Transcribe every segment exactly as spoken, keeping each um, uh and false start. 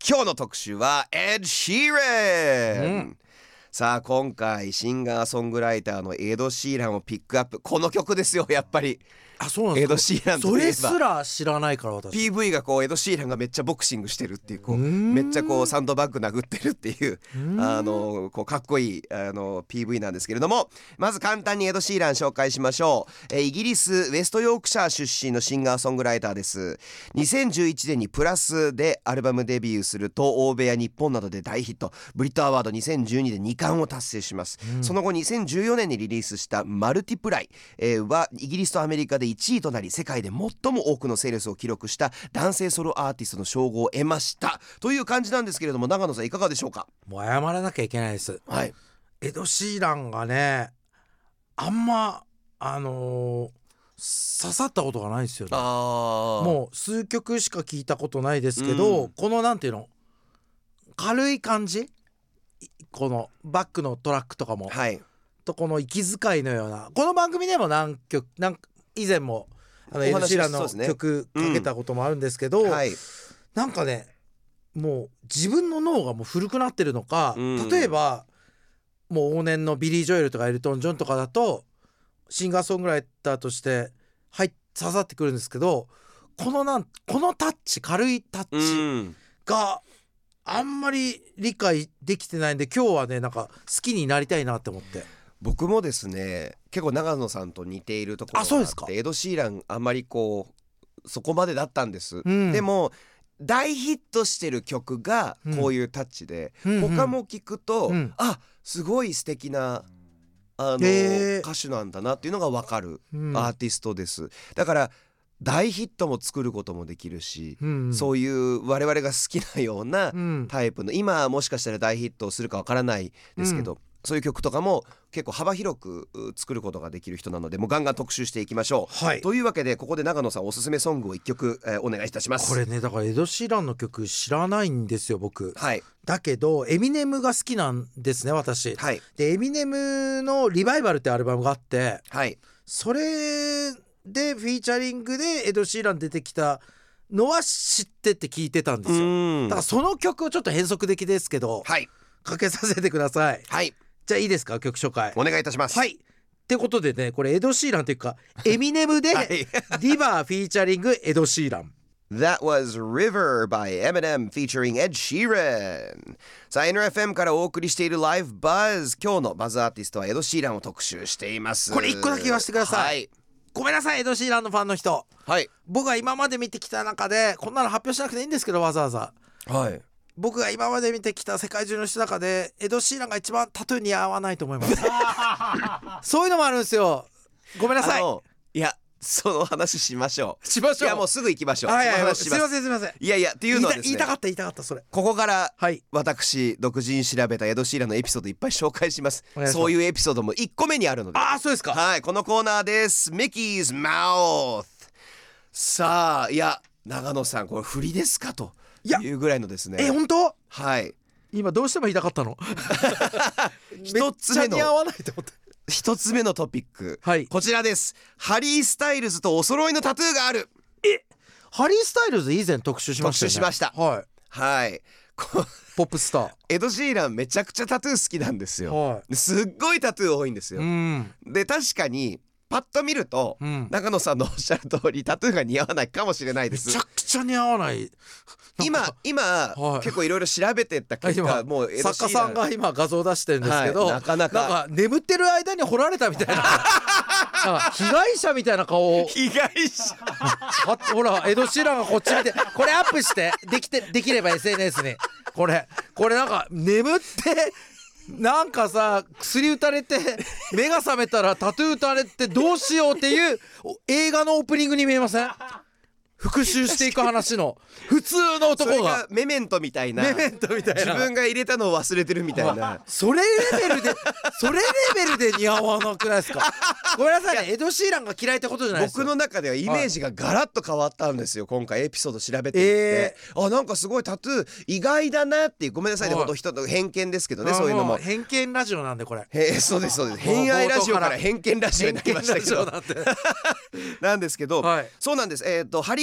今日の特集はエド・シーラン、うん、さあ今回シンガーソングライターのエド・シーランをピックアップ。この曲ですよやっぱり。 あ、そうなんですか。 エド・シーランといえばそれすら知らないから私ピーブイ がこうエド・シーランがめっちゃボクシングしてるっていう、こうめっちゃこうサンドバッグ殴ってるっていうあのこうかっこいいあの ピーブイ なんですけれども、まず簡単にエド・シーラン紹介しましょう。えイギリスウェストヨークシャー出身のシンガーソングライターです。にせんじゅういちねんにプラスでアルバムデビューすると欧米や日本などで大ヒット。ブリットアワードにせんじゅうにでにかんを達成します。その後にせんじゅうよねんにリリースしたマルティプライ、えー、はイギリスとアメリカでいちいとなり世界で最も多くのセールスを記録した男性ソロアーティストの称号を得ましたという感じなんですけれども、長野さんいかがでしょうか。 もう謝らなきゃいけないです、 はい、 エド・シーランがねあんまあのー、刺さったことがないですよね。 あもう数曲しか聞いたことないですけど、うん、このなんていうの軽い感じ、このバックのトラックとかも、 はい、 とこの息遣いのような、この番組でも何曲何以前もあのエド・シーランの曲かけたこともあるんですけど、 うん、はい、 なんかねもう自分の脳がもう古くなってるのか、うん、例えばもう往年のビリー・ジョエルとかエルトン・ジョンとかだとシンガーソングライターとして入っ刺さってくるんですけど、このなんこのタッチ、軽いタッチがあんまり理解できてないんで、今日はねなんか好きになりたいなって思って。 僕もですね結構長野さんと似ているところがあって、 あ、そうですか。 エド・シーランあんまりこうそこまでだったんです、 うん、でも大ヒットしてる曲がこういうタッチで、うん、他も聞くと、うん、あ、すごい素敵なあの歌手なんだなっていうのが分かるアーティストです、うん、だから大ヒットも作ることもできるし、うん、そういう我々が好きなようなタイプの、今もしかしたら大ヒットをするか分からないですけど、うん、そういう曲とかも結構幅広く作ることができる人なので、もうガンガン特集していきましょう、はい、というわけでここで長野さんおすすめソングをいっきょく、えー、お願いいたします。 これねだからエド・シーランの曲知らないんですよ僕、 はい、 だけどエミネムが好きなんですね私、 はい、 でエミネムのリバイバルってアルバムがあって、 はい、 それでフィーチャリングでエド・シーラン出てきたのは知ってって聞いてたんですよ。だからその曲をちょっと変則的ですけど、はい、かけさせてください。 はい、 じゃあいいですか、曲紹介お願いいたします。 はい、ってことでね、これエド・シーランというかエミネムで、はい、ディバーフィーチャリングエド・シーラン。 That was River by Eminem featuring Ed Sheeran。 さあ エヌエフエム からお送りしている Live Buzz、 今日のバズアーティストはエド・シーランを特集しています。 これ一個だけ言わせてください、はい、ごめんなさいエド・シーランのファンの人、 はい、 僕が今まで見てきた中でこんなの発表しなくていいんですけど、わざわざ、 はい、僕が今まで見てきた世界中の人の中でエド・シーランが一番タトゥーに合わないと思いますそういうのもあるんですよ、ごめんなさい。 いやその話しましょうしましょう。 いやもうすぐ行きましょう。 はいはいはい、すいませんすいません。 いやいやっていうのはですね、 言いたかった言いたかったそれ。 ここから私独自に調べたエド・シーランのエピソードいっぱい紹介します。そういうエピソードもいっこめにあるので。 ああそうですか。 はい、このコーナーです。 Mickey's Mouth。 さあいや長野さんこれ振りですかというぐらいのですね。 え本当？ はい、 今どうしても言いたかったの一つ目のめっちゃ似合わないと思って一つ目のトピック、 はい、 こちらです。ハリー・スタイルズとお揃いのタトゥーがある。 えハリー・スタイルズ以前特集しましたよね。 特集しました。 はい、 はい、 ポップスターエド・シーランめちゃくちゃタトゥー好きなんですよ、 はい、 すっごいタトゥー多いんですよ。 うんで確かにパッと見ると、うん、中野さんのおっしゃる通りタトゥーが似合わないかもしれないです。 めちゃくちゃ似合わない。 今今、はい、結構いろいろ調べてった結果、もうエド・シーラン作家さんが今画像出してるんですけど、 はい、なかなかなんか眠ってる間に掘られたみたいななんか被害者みたいな顔を被害者ほらエド・シーランがこっち見て、これアップしてできてできれば エスエヌエス にこれこれなんか眠ってなんかさ薬打たれて目が覚めたらタトゥー打たれてどうしようっていう映画のオープニングに見えません？復讐していく話の普通の男が、それがメメントみたいな、 メメントみたいな、 自分が入れたのを忘れてるみたいなそれレベルでそれレベルで似合わなくないですかごめんなさいね、エド・シーランが嫌いってことじゃないですよ。 僕の中ではイメージがガラッと変わったんですよ、今回エピソード調べていって、えー、あなんかすごいタトゥー意外だなっていう、ごめんなさいね、ほんと人の偏見ですけどね、そういうのも偏見ラジオなんでこれ、 えー、そうですそうです、偏愛ラジオから偏見ラジオになりましたけどなんですけど、はい、そうなんです。えーとハリ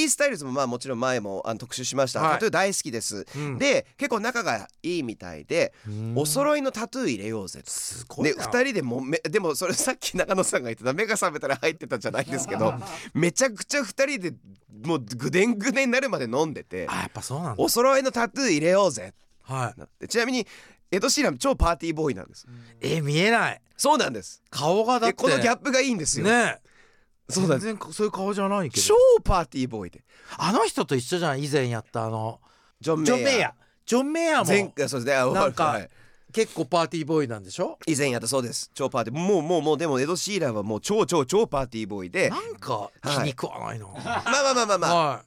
リー・スタイルズもまあもちろん前もあの特集しました、はい、タトゥー大好きです、うん、で結構仲がいいみたいでお揃いのタトゥー入れようぜとすごいな。 でふたりでもめでもそれさっき中野さんが言ってた目が覚めたら入ってたじゃないですけどめちゃくちゃふたりでもうぐでんぐでんになるまで飲んでて、 あやっぱそうなんだ。 お揃いのタトゥー入れようぜ、 はい、 なってちなみにエド・シーラン超パーティーボーイなんです。 え見えない。 そうなんです。 顔がだってこのギャップがいいんですよね。 そうだ、 全然そういう顔じゃないけど超パーティーボーイであの人と一緒じゃん。以前やったあのジョン・メイヤージョン・メイヤー前回そうですね、 なんか、 はい、 結構パーティーボーイなんでしょ。 以前やったそうです。超パーティーもうもうもうでもエド・シーランはもう超超超パーティーボーイでなんか気に食わないの、はい、 まあまあまあまあまあ、 はい、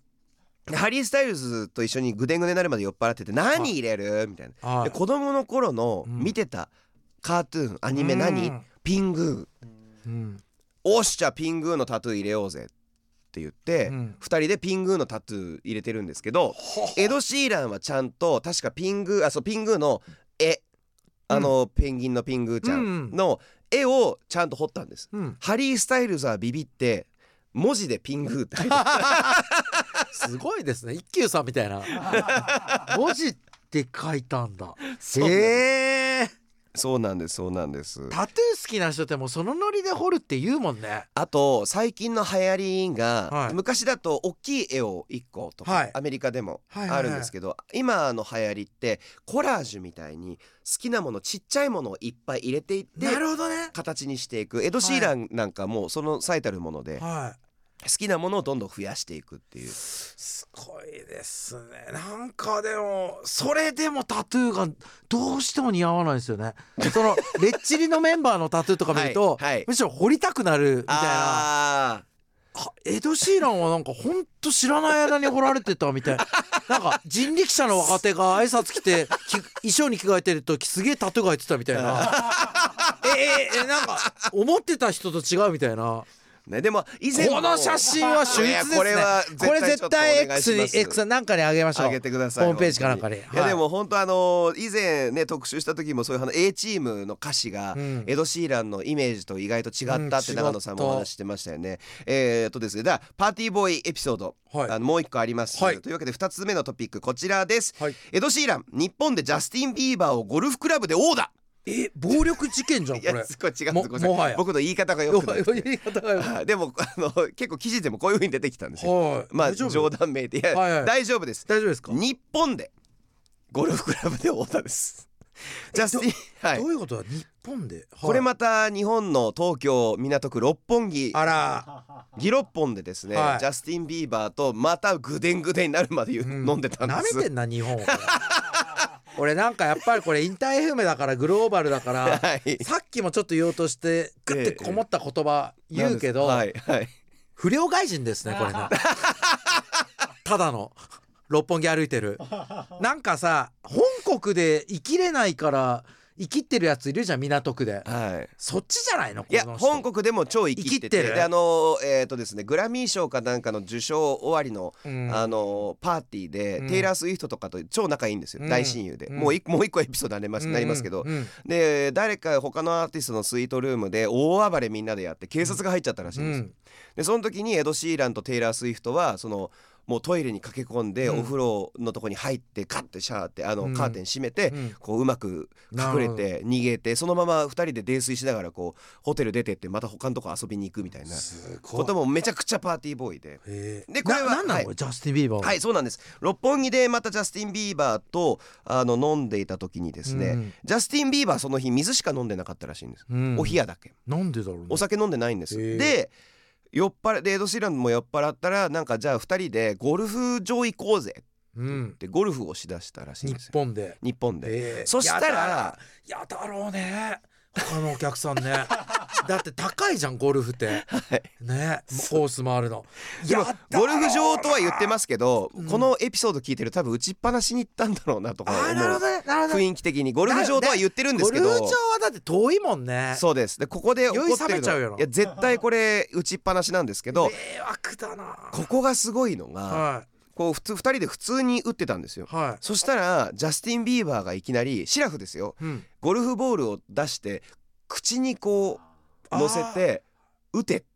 ハリー・スタイルズと一緒にぐでんぐでんになるまで酔っ払ってて何入れるみたいな、はい、で子供の頃の見てたカートゥーンアニメ何、うん、ピングー、うん、おっしゃピングーのタトゥー入れようぜって言って、うん、ふたりでピングーのタトゥー入れてるんですけどエド・シーランはちゃんと確かピングーあそうピングーの絵あの、うん、ペンギンのピングーちゃんの絵をちゃんと彫ったんです、うん、ハリー・スタイルズはビビって文字でピングーって書いてすごいですね一休さんみたいな文字って書いたんだ。 そうへえそうなんですそうなんです。 タトゥー好きな人ってもうそのノリで彫るって言うもんね。 あと最近の流行りが、はい、昔だと大きい絵をいっことか、はい、アメリカでもあるんですけど、はいはいはい、今の流行りってコラージュみたいに好きなものちっちゃいものをいっぱい入れていってなるほど、ね、 形にしていく。エド・シーランなんかもうその最たるもので、はい好きなものをどんどん増やしていくっていう。 すごいですね。なんかでもそれでもタトゥーがどうしても似合わないですよね。そのレッチリのメンバーのタトゥーとか見ると、はいはい、むしろ彫りたくなるみたいな。あエド・シーランはなんかほんと知らない間に彫られてたみたいな。なんか人力車の若手が挨拶来て衣装に着替えてる時すげえタトゥーが入ってたみたいなえええなんか思ってた人と違うみたいなね、でも以前この写真は秀逸ですね。 これはこれ絶対 X に X なんかにあげましょう。 あげてください。 ホームページかなんかに。いやでも本当あの以前ね特集した時もそういう話 A チームの歌詞がエド・シーランのイメージと意外と違ったって長野さんもお話してましたよね。えーとですね、だパーティーボーイエピソード、はい、あのもう一個あります、はい、というわけでふたつめのトピックこちらです、はい、エド・シーラン日本でジャスティン・ビーバーをゴルフクラブで殴打。 え暴力事件じゃんこれ。いやすごい違うももはや僕の言い方がよくない言い方がよくでもあの結構記事でもこういう風に出てきたんですよ、はい、まあ冗談めいていや、はいはい、大丈夫です大丈夫ですか。 日本でゴルフクラブで殴打ですジャスティン、 はい、どういうことだ日本で、はい、 これまた日本の東京港区六本木あらギロッポンでですね、はい、ジャスティン・ビーバーとまたグデングデンになるまで、うん、飲んでたんです。 なめてんな日本俺なんかやっぱりこれインター エフエム だからグローバルだから、はい、さっきもちょっと言おうとしてグッてこもった言葉言うけど、はいはい、不良外人ですねこれなただの六本木歩いてるなんかさ本国で生きれないから生きってるやついるじゃん港区で、はい、そっちじゃないのこの人。 いや本国でも超生きってて、 生きってるであのえーとですねグラミー賞かなんかの受賞終わりの、うん、あのパーティーで、うん、テイラー・スウィフトとかと超仲いいんですよ、うん、大親友で、うん、もう一もう一個エピソードになります、うん、なりますけど、うん、で誰か他のアーティストのスイートルームで大暴れみんなでやって警察が入っちゃったらしいんですよ、うん、でその時にエド・シーランとテイラー・スウィフトはそのもうトイレに駆け込んで、うん、お風呂のとこに入ってカッてシャーってあの、うん、カーテン閉めて、うん、こううまく隠れて逃げてそのままふたりで泥酔しながらこうホテル出てってまた他のとこ遊びに行くみたいなこともめちゃくちゃパーティーボーイで。 でこれは何なの、はい、ジャスティン・ビーバーはいそうなんです。六本木でまたジャスティン・ビーバーとあの飲んでいた時にですね、うん、ジャスティン・ビーバーその日水しか飲んでなかったらしいんです、うん、お冷やだけ。 なんでだろうね。 お酒飲んでないんです。で酔っ払でエド・シーランも酔っ払ったらなんかじゃあふたりでゴルフ場行こうぜって言ってゴルフをしだしたらしいんですよ、 日本で日本で、えー、そしたらやだろうね他のお客さんねだって高いじゃんゴルフって、はい、ねコース回るの。 いやゴルフ場とは言ってますけど、うん、このエピソード聞いてる多分打ちっぱなしに行ったんだろうなとか思う。 なるほどね、なるほど。 雰囲気的にゴルフ場とは言ってるんですけど、 ゴルフ場はだって遠いもんね。 そうです。でここで起こってるのよいや絶対これ打ちっぱなしなんですけど、 迷惑だな。 ここがすごいのが、はいこう普通ふたりで普通に打ってたんですよ、はい、そしたらジャスティン・ビーバーがいきなりシラフですよ、うん、ゴルフボールを出して口にこう乗せて打てって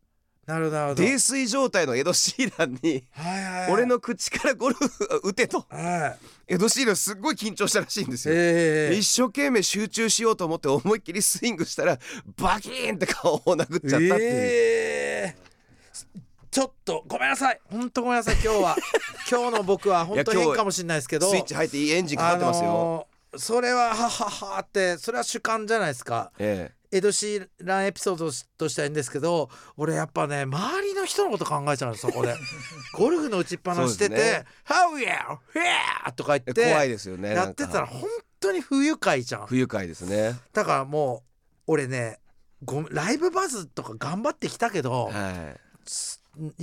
なるほどなるほど。 泥酔状態のエド・シーランに、 はいはいはい、 俺の口からゴルフ打てと、 はい、 エド・シーランすっごい緊張したらしいんですよ、 えー、 一生懸命集中しようと思って思いっきりスイングしたらバキーンって顔を殴っちゃったっていう、 えー、ちょっとごめんなさい、ほんとごめんなさい、今日は今日の僕は本当変かもしれないですけど、 スイッチ入っていいエンジンかかってますよ、あのー、それははははってそれは主観じゃないですか、 ええ、 エド・シーランエピソードとしてはいいんですけど、俺やっぱね周りの人のこと考えちゃうんです、そこでゴルフの打ちっぱなしてて、ね、How yeah! Yeah! とか言って怖いですよね、 やってたら本当に不愉快じゃん。 不愉快ですね。 だからもう俺ねごライブバズとか頑張ってきたけど、 はい、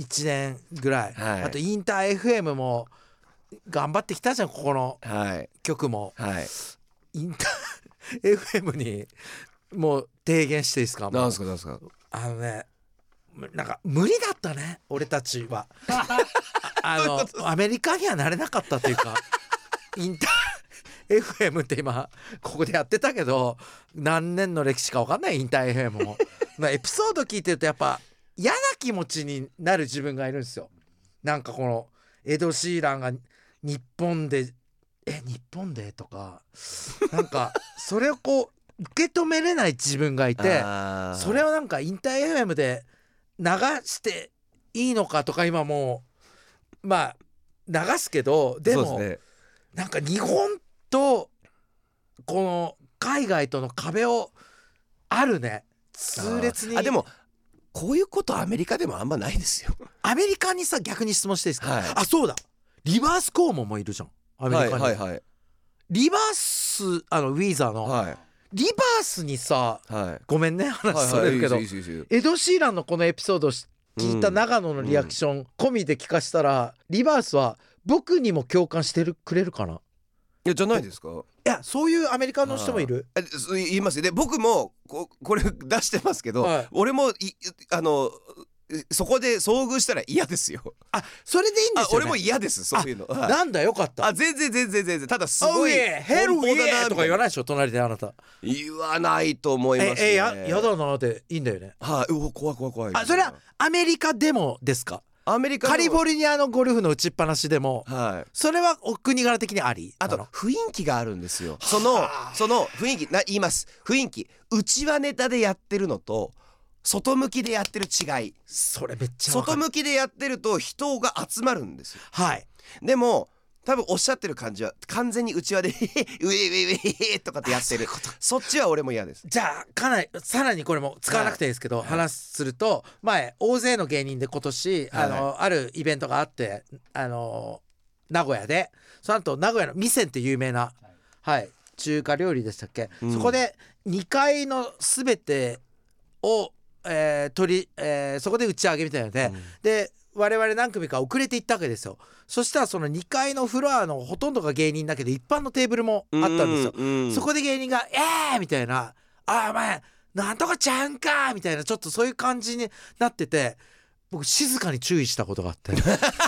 いちねんぐらい、 はい、あとインター エフエム も頑張ってきたじゃん、ここの曲も、 はい、 インター エフエム にもう提言していいですか。 なんすかなんすか。 あのね、なんか無理だったね俺たちはあのアメリカにはなれなかったというかインター エフエム って今ここでやってたけど何年の歴史か分かんないインター エフエム もまあエピソード聞いてるとやっぱ嫌な気持ちになる自分がいるんですよ。なんかこのエド・シーランが日本でえ日本でとかなんかそれをこう受け止めれない自分がいて、それをなんかインター エフエム で流していいのかとか今もうまあ流すけど、でもね、 なんか日本とこの海外との壁をあるね、痛烈に。 あでもこういうことアメリカでもあんまないですよ。 アメリカにさ逆に質問していいですか、 はい、 あそうだリバースコーモンもいるじゃんアメリカに、 はいはいはい、 リバースあのウィーザーの、はい、リバースにさ、はい、ごめんね話それるけど、はいはい、エド・シーランのこのエピソードを聞いた長野のリアクション込みで聞かしたら、うん、リバースは僕にも共感してるくれるかな。 いやじゃないですか。 いやそういうアメリカの人もいる。 あ言いますよ。で僕も こ, これ出してますけど、はい、俺もいあのそこで遭遇したら嫌ですよ。 あそれでいいんですよね。 俺も嫌ですそういうの。 なんだよかった。 あ全然全然全然ただすごいヘルウェーとか言わないでしょ隣であなた。 言わないと思いますね。 ええややだなっていいんだよね。 はい、う怖い怖い怖い。 あそれはアメリカでもですか。 アメリカカリフォルニアのゴルフの打ちっぱなしでも、はい、それはお国柄的にあり。 あと雰囲気があるんですよ。そのその雰囲気な言います雰囲気うちわネタでやってるのと外向きでやってる違い。 それめっちゃ外向きでやってると人が集まるんですよ。 はいでも多分おっしゃってる感じは完全にうちわでウェイウェイウェイとかってやってる。 そ, そっちは俺も嫌です。 じゃあかなりさらにこれも使わなくていいですけど、はい、話すると前大勢の芸人で今年、はい、あのあるイベントがあってあの名古屋でその後名古屋の味仙って有名な、はい、中華料理でしたっけ、うん、そこでにかいの全てを、えー取りえー、そこで打ち上げみたいなので、うん、で我々何組か遅れていったわけですよ。そしたらそのにかいのフロアのほとんどが芸人だけど一般のテーブルもあったんですよ、うんうん、そこで芸人がえーみたいなあお前なんとかちゃんかみたいなちょっとそういう感じになってて僕静かに注意したことがあって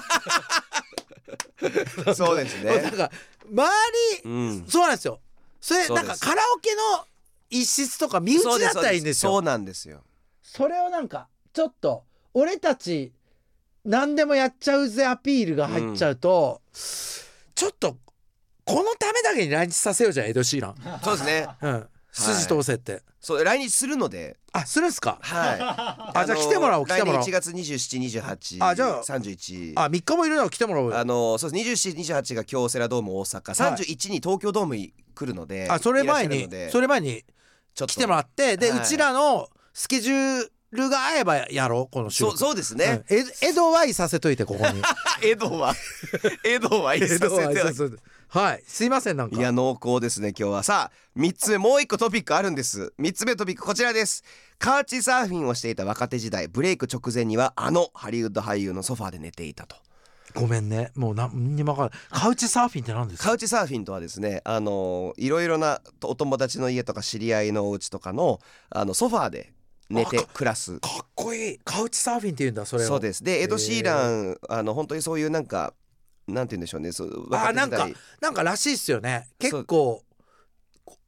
そうですね。 なんか周り、うん、そうなんですよ。それなんかカラオケの一室とか身内だったらいいんですよ。 そうなんですよ。 それをなんかちょっと俺たち何でもやっちゃうぜアピールが入っちゃうと、うん、ちょっとこのためだけに来日させようじゃんエド・シーラン。 そうですね、 うん、筋通せって、はい、 そう来日するので。 あするんすか。 はいあじゃあ来てもらおう来てもらおう。 来年いちがつにじゅうしち、にじゅうはち、 あじゃあさんじゅういちあみっかもいるの来てもらおうよ。 あのそうですにじゅうしち、にじゅうはちが京セラドーム大阪、はい、さんじゅういちに東京ドームに来るので。 あそれ前にそれ前に来てもらってで、はい、うちらのスケジュールが合えばやろうこの収録。 そう、そうですね、 うん、エドはいさせといてここにエドはエドはいさせてはいすいませんなんかいや濃厚ですね今日は。さあみっつめもういっこトピックあるんです。みっつめトピックこちらです。カーチサーフィンをしていた若手時代ブレイク直前にはあのハリウッド俳優のソファーで寝ていたと。 ごめんねもう何にも分からない。カウチサーフィンって何ですか。 カウチサーフィンとはですねあのいろいろなお友達の家とか知り合いのお家とかのあのソファーで寝て暮らす。 かっこいい。カウチサーフィンって言うんだそれを。 そうです。でエド・シーランあの本当にそういうなんかなんて言うんでしょうね。そうあなんかなんからしいっすよね結構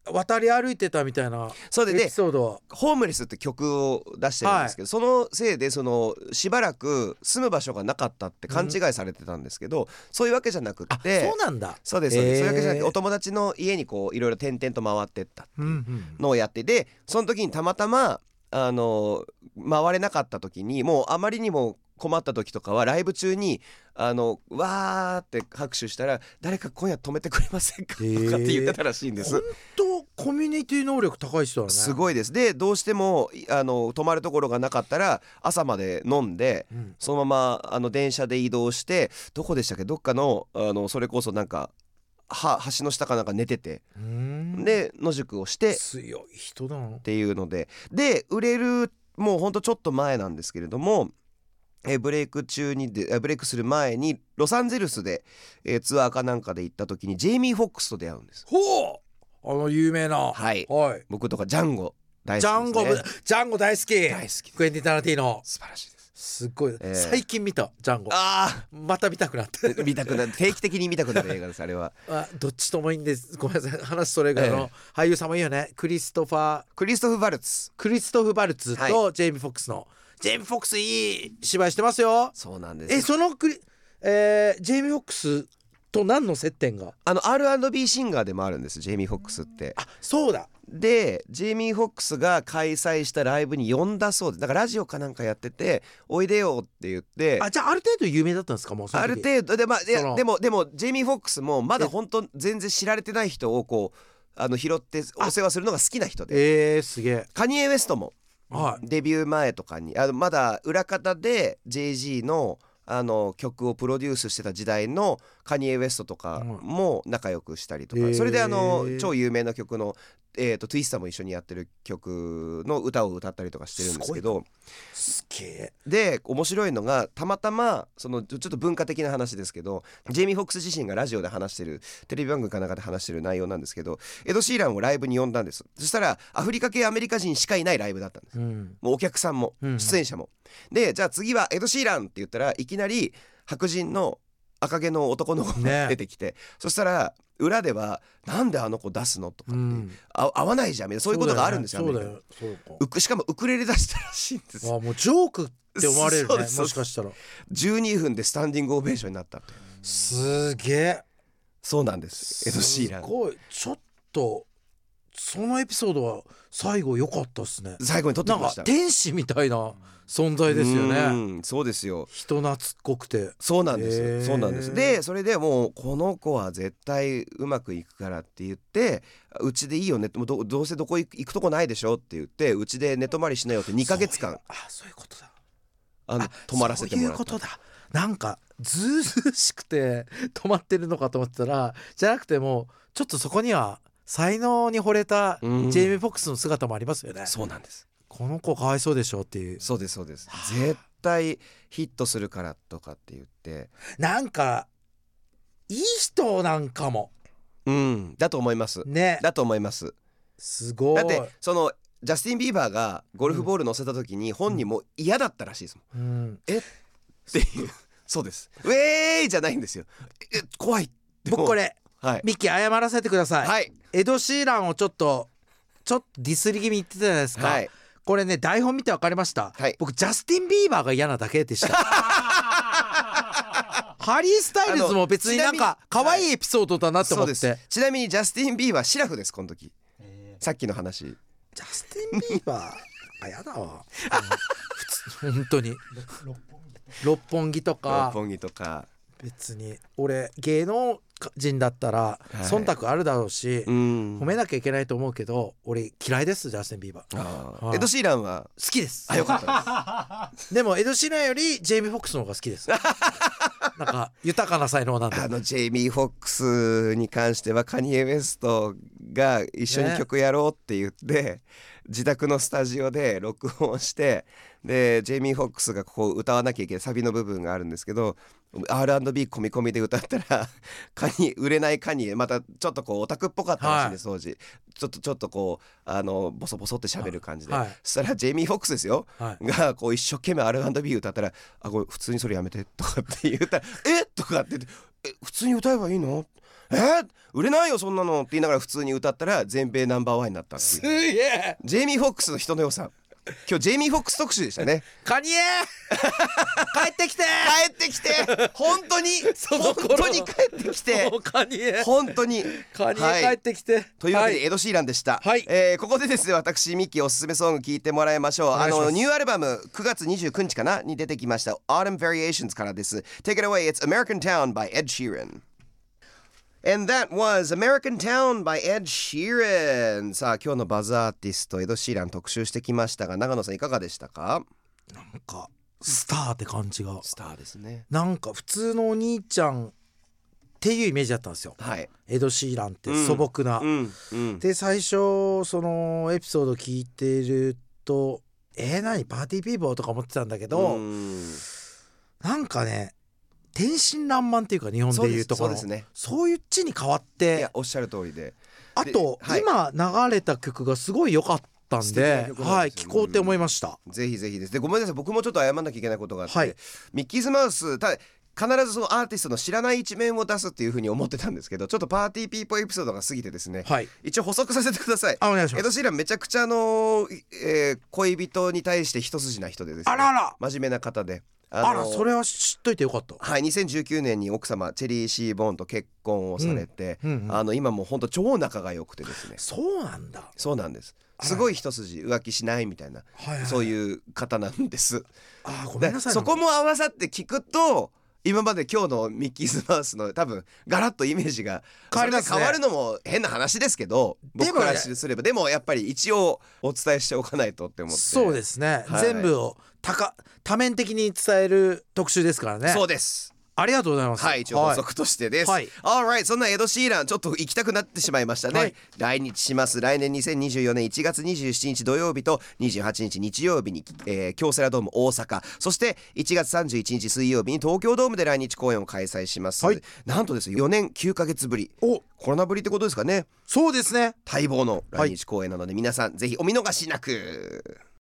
渡り歩いてたみたいなエそうででピソードはホームレスって曲を出してるんですけど、そのせいでそのしばらく住む場所がなかったって勘違いされてたんですけど、そういうわけじゃなくあってそうなんだそうですそうです、 へーそういうわけじゃなくてお友達の家にこういろいろ転々と回ってったってうんいううんのをやってて、その時にたまたまあの回れなかった時にもうあまりにも困った時とかはライブ中にあのわーって拍手したら誰か今夜止めてくれませんかとかって言ってたらしいんです。 本当コミュニティ能力高い人だね。 すごいです。でどうしてもあの泊まるところがなかったら朝まで飲んで、 うん、 そのままあの電車で移動してどこでしたっけどっかの、あのそれこそなんかは橋の下かなんか寝てて、 うーんで野宿をして強い人だなっていうのでで売れるもうほんとちょっと前なんですけれども、えーブレイク中にでブレイクする前にロサンゼルスで、えーツアーかなんかで行った時にジェイミー・フォックスと出会うんです。 ほうあの有名なはいはい僕とかジャンゴ大ジャンゴ好きですね。 ジャンゴ大好き大好きクエンティン・タランティーノ素晴らしいです。 すっごい、 えー最近見たジャンゴあまた見たくなってあ見たくなる定期的に見たくなる映画ですあれは。 あどっちともいいんですごめんなさい話それぐらいの、俳優さんもいいよねクリストファークリストフ・バルツ。 クリストフ・バルツはとジェイミー・フォックスの、ジェイミー・フォックスいい芝居してますよ。 そうなんです。 えそのクリ、えージェイミー・フォックスと何の接点があの アールアンドビー シンガーでもあるんですジェイミー・フォックスって。 あそうだでジェイミー・フォックスが開催したライブに呼んだそうで、だからラジオかなんかやってておいでよって言って、 あじゃあある程度有名だったんですかもうその時ある程度で、まあ、いやそのでもでもジェイミー・フォックスもまだ本当全然知られてない人をこうあの拾ってお世話するのが好きな人で、 えー、すげえカニエ・ウェストもはいデビュー前とかにあのまだ裏方で ジェイジー のあの曲をプロデュースしてた時代のカニエ・ウェストとかも仲良くしたりとか、 うんそれであのへー超有名な曲の、えーと、トゥイスターも一緒にやってる曲の歌を歌ったりとかしてるんですけど、 すげえで面白いのがたまたまそのちょっと文化的な話ですけど、ジェイミー・フォックス自身がラジオで話してるテレビ番組かなんかで話してる内容なんですけど、エド・シーランをライブに呼んだんです。そしたらアフリカ系アメリカ人しかいないライブだったんです、 うんもうお客さんもうん出演者も、でじゃあ次はエド・シーランって言ったらいきなり白人の赤毛の男の子がね出てきて、そしたら裏ではなんであの子出すのとかって、 うんあ合わないじゃんみたいなそういうことがあるんですよ、 そうだアメリカよそうだよそうウクしかもウクレレ出したらしいんですかあもうジョークって思われるねそうですもしかしたらじゅうにふんでスタンディングオベーションになったと。 すげえそうなんですエド・シーランすごいちょっとそのエピソードは最後良かったっすね。 最後に撮ってなんかきました。 天使みたいな存在ですようね。 んそうですよ。 人懐っこくてそうなんです、 へーそうなんですでそれでもうこの子は絶対うまくいくからって言ってうちでいいよねもう ど, どうせどこ行く行くとこないでしょって言ってうちで寝泊まりしなよってにかげつかんそういうあそういうことだあの泊まらせてもらった。 そういうことだ。なんかずうずうしくて泊まってるのかと思ってたらじゃなくてもうちょっとそこには才能に惚れたジうんェイミー・フォックスの姿もありますよね。 そうなんです。 この子かわいそうでしょっていう。 そうですそうです絶対ヒットするからとかって言ってなんかいい人なんかもうんだと思いますね。 だと思いますすごい。 だってそのジャスティン・ビーバーがゴルフボール乗せた時に本人も嫌だったらしいですもん、 うん、 えっていうそうですウェーイじゃないんですよえ怖い僕これはいミッキー謝らせてください、 はいエド・シーランをちょっとちょっとディスり気味言ってたじゃないですか、 はいこれね台本見て分かりました、 はい僕ジャスティン・ビーバーが嫌なだけでしたハリー・スタイルズも別になんか可愛いエピソードだなって思って、 そうですちなみにジャスティン・ビーバーシラフですこの時さっきの話ジャスティン・ビーバーあやだわ普通本当に六本木と六か本木とか別に俺芸能人だったら忖度あるだろうし、 うん褒めなきゃいけないと思うけど俺嫌いですジャスティン・ビーバーあああーエド・シーランは好きですあよかったですでもエド・シーランよりジェイミー・フォックスの方が好きですなんか豊かな才能なんであのジェイミー・フォックスに関してはカニエ・ウェストが一緒に曲やろうって言って、ね、自宅のスタジオで録音してでジェイミー・フォックスがここ歌わなきゃいけないサビの部分があるんですけど アールアンドビー 込み込みで歌ったらカニ売れないカニエまたちょっとこうオタクっぽかったらしいんです、はい、当時ちょっとちょっとこうあのボソボソって喋る感じで、はい、そしたらジェイミー・フォックスですよ、はい、がこう一生懸命 アールアンドビー 歌ったらあこれ普通にそれやめてとかって言ったらえとかってえ普通に歌えばいいのえー、売れないよそんなのって言いながら普通に歌ったら全米ナンバーワンになったっていう。 すげえ。 ジェイミー・フォックスの人の良さ。今日ジェイミー・フォックス特集でしたね。 カニエ帰ってきて帰ってきて本当に本当に帰ってきてカニエ本当にカニエ帰ってきて、はい、 というわけでエド・シーランでした、 はいえー、ここでですね私ミッキーおすすめソング聞いてもらいましょう。あのニューアルバムくがつにじゅうくにちかなに出てきました Autumn Variations からです。 Take it away, it's American Town by Ed Sheeran And that was American Town by Ed Sheeran。 さあ今日のバズアーティストエド・シーラン特集してきましたが、長野さんいかがでしたか？ なんかスターって感じが、 スターですね。 なんか普通のお兄ちゃんっていうイメージだったんですよ、 はい、 エド・シーランって素朴な、 うんうんうん、で最初そのエピソード聞いてるとえー、何パーティーピーポーとか思ってたんだけど、うんなんかね天真爛漫っていうか日本でいうところ そうです、そうですね、そういう地に変わって、 いやおっしゃる通りで、 あと、はい、今流れた曲がすごい良かったんで、 ではい聴こうって思いました、 うん、ぜひぜひです。でごめんなさい僕もちょっと謝んなきゃいけないことがあって、はい、ミッキーズマウスた必ずそのアーティストの知らない一面を出すっていう風に思ってたんですけど、ちょっとパーティーピーポーエピソードが過ぎてですね、はい、一応補足させてください。 あお願いします。 エド・シーランめちゃくちゃあの、えー、恋人に対して一筋な人でですね、 あらら真面目な方で、 あ, あらそれは知っといてよかった。 はい、にせんじゅうきゅうねんに奥様チェリー・シーボーンと結婚をされて、うんうんうん、あの今もうほんと超仲が良くてですね。 そうなんだ。 そうなんです。すごい一筋浮気しないみたいな、はいはい、そういう方なんです。 あごめんなさい。 そこも合わさって聞くと今まで今日のミッキーズマウスの多分ガラッとイメージが変わりますね。変わるのも変な話ですけど僕からすればでもやっぱり一応お伝えしておかないとって思って。 そうですね、はい、全部を多多面的に伝える特集ですからね。 そうです。 ありがとうございます。 はい一応補足としてです、はい、Alright そんなエド・シーランちょっと行きたくなってしまいましたね、はい、来日します。来年にせんにじゅうよねんいちがつにじゅうしちにち土曜日とにじゅうはちにち日曜日に、えー、京セラドーム大阪、そしていちがつさんじゅういちにち水曜日に東京ドームで来日公演を開催します、はい、なんとですねよねんきゅうかげつぶり、おコロナぶりってことですかね。 そうですね、 待望の来日公演なので、はい、皆さんぜひお見逃しなく。